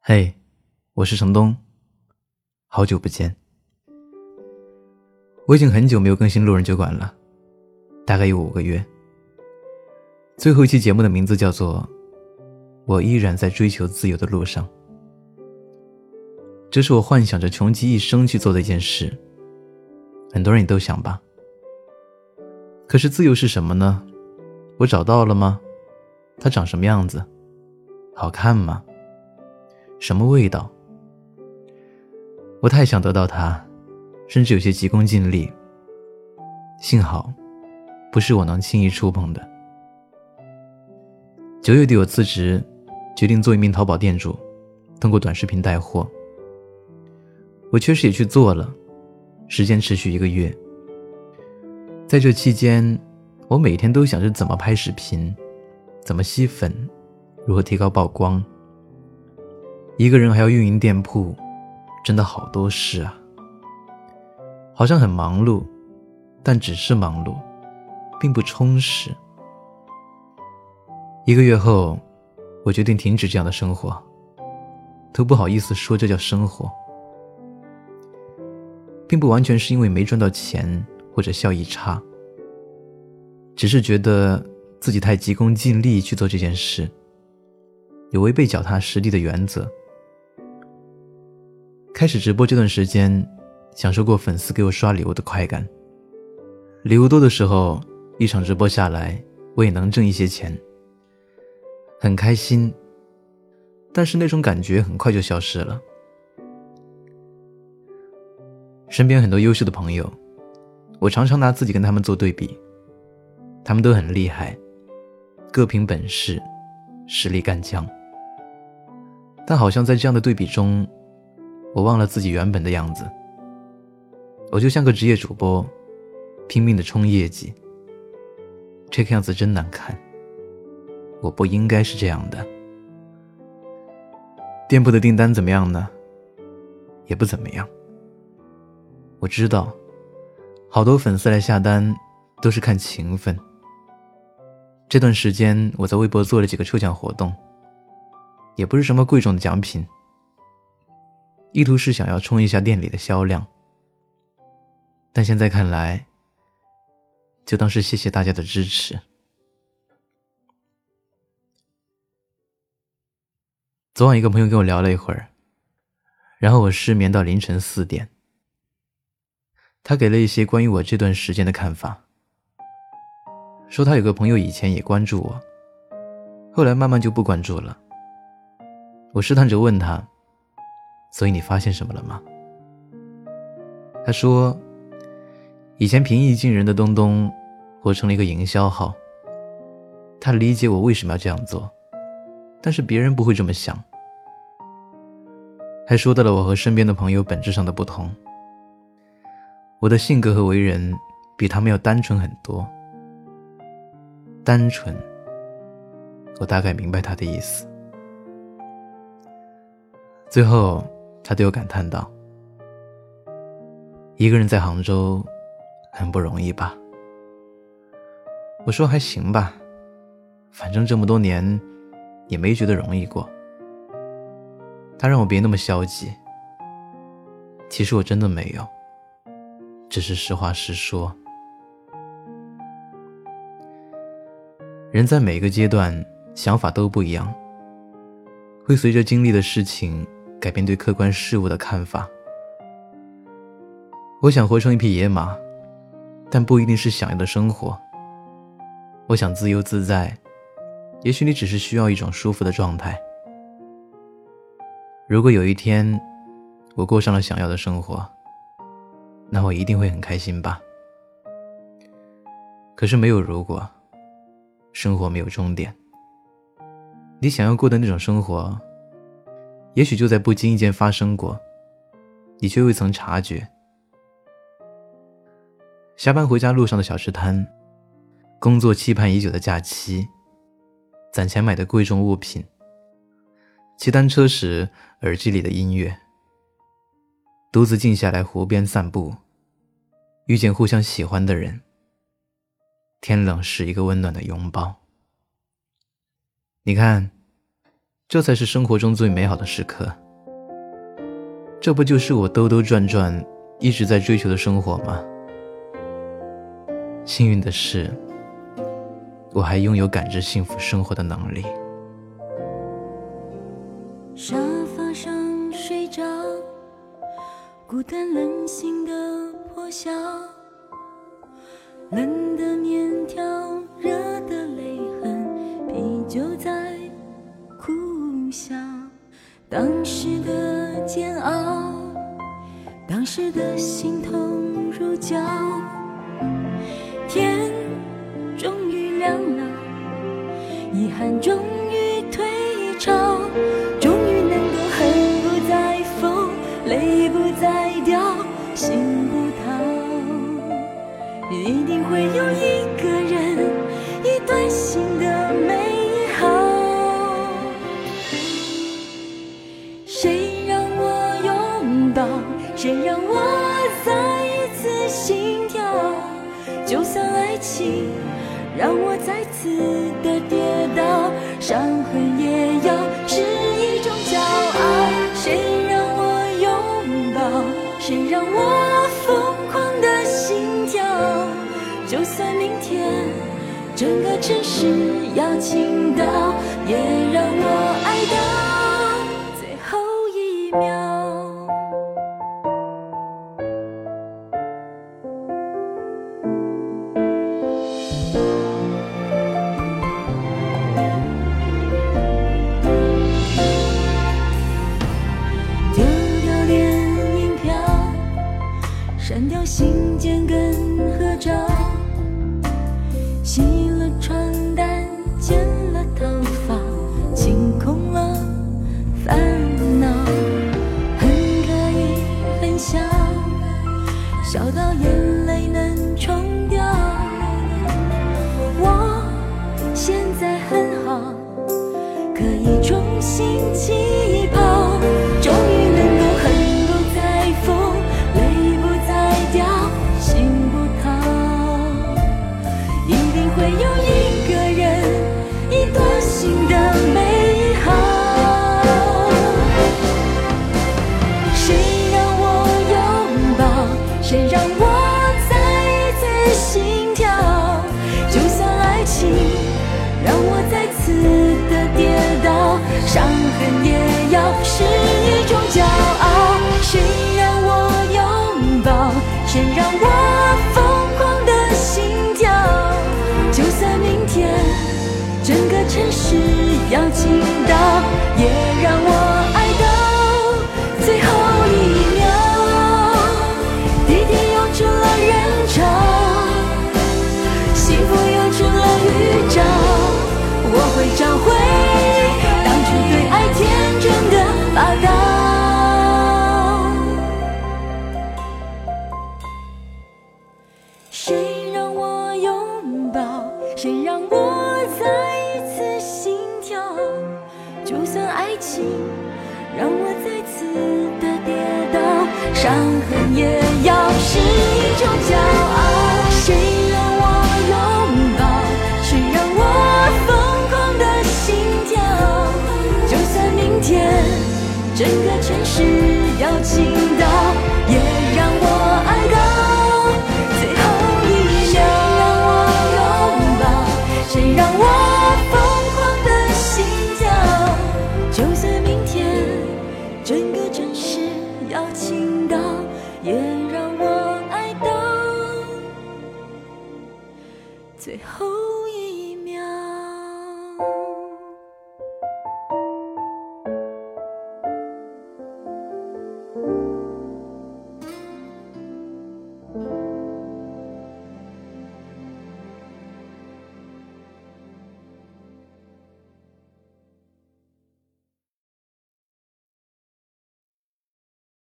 嘿，我是程东，好久不见。我已经很久没有更新路人酒馆了，大概有5个月。最后一期节目的名字叫做我依然在追求自由的路上。这是我幻想着穷极一生去做的一件事，很多人也都想吧。可是自由是什么呢？我找到了吗？它长什么样子？好看吗？什么味道？我太想得到它，甚至有些急功近利。幸好不是我能轻易触碰的。9月底我辞职，决定做一名淘宝店主，通过短视频带货。我确实也去做了，时间持续1个月。在这期间，我每天都想着怎么拍视频，怎么吸粉，如何提高曝光。一个人还要运营店铺，真的好多事啊。好像很忙碌，但只是忙碌，并不充实。1个月后，我决定停止这样的生活，都不好意思说这叫生活。并不完全是因为没赚到钱或者效益差，只是觉得自己太急功近利去做这件事，有违背脚踏实地的原则。开始直播这段时间，享受过粉丝给我刷礼物的快感。礼物多的时候，一场直播下来，我也能挣一些钱，很开心。但是那种感觉很快就消失了。身边很多优秀的朋友，我常常拿自己跟他们做对比。他们都很厉害，各凭本事，实力干将。但好像在这样的对比中，我忘了自己原本的样子。我就像个职业主播，拼命地冲业绩。这个样子真难看，我不应该是这样的。店铺的订单怎么样呢？也不怎么样。我知道，好多粉丝来下单都是看情分。这段时间我在微博做了几个抽奖活动，也不是什么贵重的奖品，意图是想要冲一下店里的销量。但现在看来，就当是谢谢大家的支持。昨晚一个朋友跟我聊了一会儿，然后我失眠到凌晨4点。他给了一些关于我这段时间的看法，说他有个朋友以前也关注我，后来慢慢就不关注了。我试探着问他，所以你发现什么了吗？他说，以前平易近人的东东活成了一个营销号。他理解我为什么要这样做，但是别人不会这么想。还说到了我和身边的朋友本质上的不同。我的性格和为人比他们要单纯很多。单纯，我大概明白他的意思。最后他对我感叹道，一个人在杭州很不容易吧。我说还行吧，反正这么多年也没觉得容易过。他让我别那么消极，其实我真的没有，只是实话实说。人在每个阶段想法都不一样，会随着经历的事情改变对客观事物的看法。我想活成一匹野马，但不一定是想要的生活。我想自由自在，也许你只是需要一种舒服的状态。如果有一天我过上了想要的生活，那我一定会很开心吧。可是没有如果，生活没有终点。你想要过的那种生活，也许就在不经意间发生过，你却未曾察觉。下班回家路上的小吃摊，工作期盼已久的假期，攒钱买的贵重物品，骑单车时耳机里的音乐，独自静下来湖边散步，遇见互相喜欢的人，天冷时一个温暖的拥抱。你看， 这才是生活中最美好的时刻。这不就是我兜兜转转一直在追求的生活吗？幸运的是，我还拥有感知幸福生活的能力。 沙发上睡着，孤单冷醒的破晓，冷的面条，热的泪痕，啤酒在苦笑。当时的煎熬，当时的心痛如绞，天终于亮了，遗憾终于退潮，终于能够恨不再疯，泪不再掉，心不逃。一定会有一个人，一段新的美好。谁让我拥抱，谁让我再一次心跳，就算爱情让我再次的跌倒，伤痕也要是一种骄傲。谁让我拥抱，谁让我疯狂的心跳，就算明天整个城市要倾倒，也让我爱到最后一秒。删掉信件跟合照，洗了床单，剪了头发，清空了烦恼，很可以很小，小到眼泪能冲掉。我现在很好，可以重新起跑，终于能够恨不再疯，泪不再掉，心不逃。一定会有一个人，一段新的美好。谁让我拥抱，谁让我再一次心跳，就算爱情让我再次的跌倒，伤痕也要是一种骄傲。谁让我拥抱，谁让我疯狂的心跳，就算明天整个城市要倾倒，也让我爱到最后一秒。滴滴涌出了人潮，幸福涌出了预兆，我会找回当初对爱天真的霸道。谁让我拥抱，谁让我再一次心跳，就算爱情让我再次的跌倒，伤痕也要是一种骄傲。谁让我拥抱，谁让我疯狂的心跳，就算明天整个城市要倾倒，也让我爱到最后一秒。谁让我疯狂的心跳，就算明天整个城市要倾倒，也让我爱到最后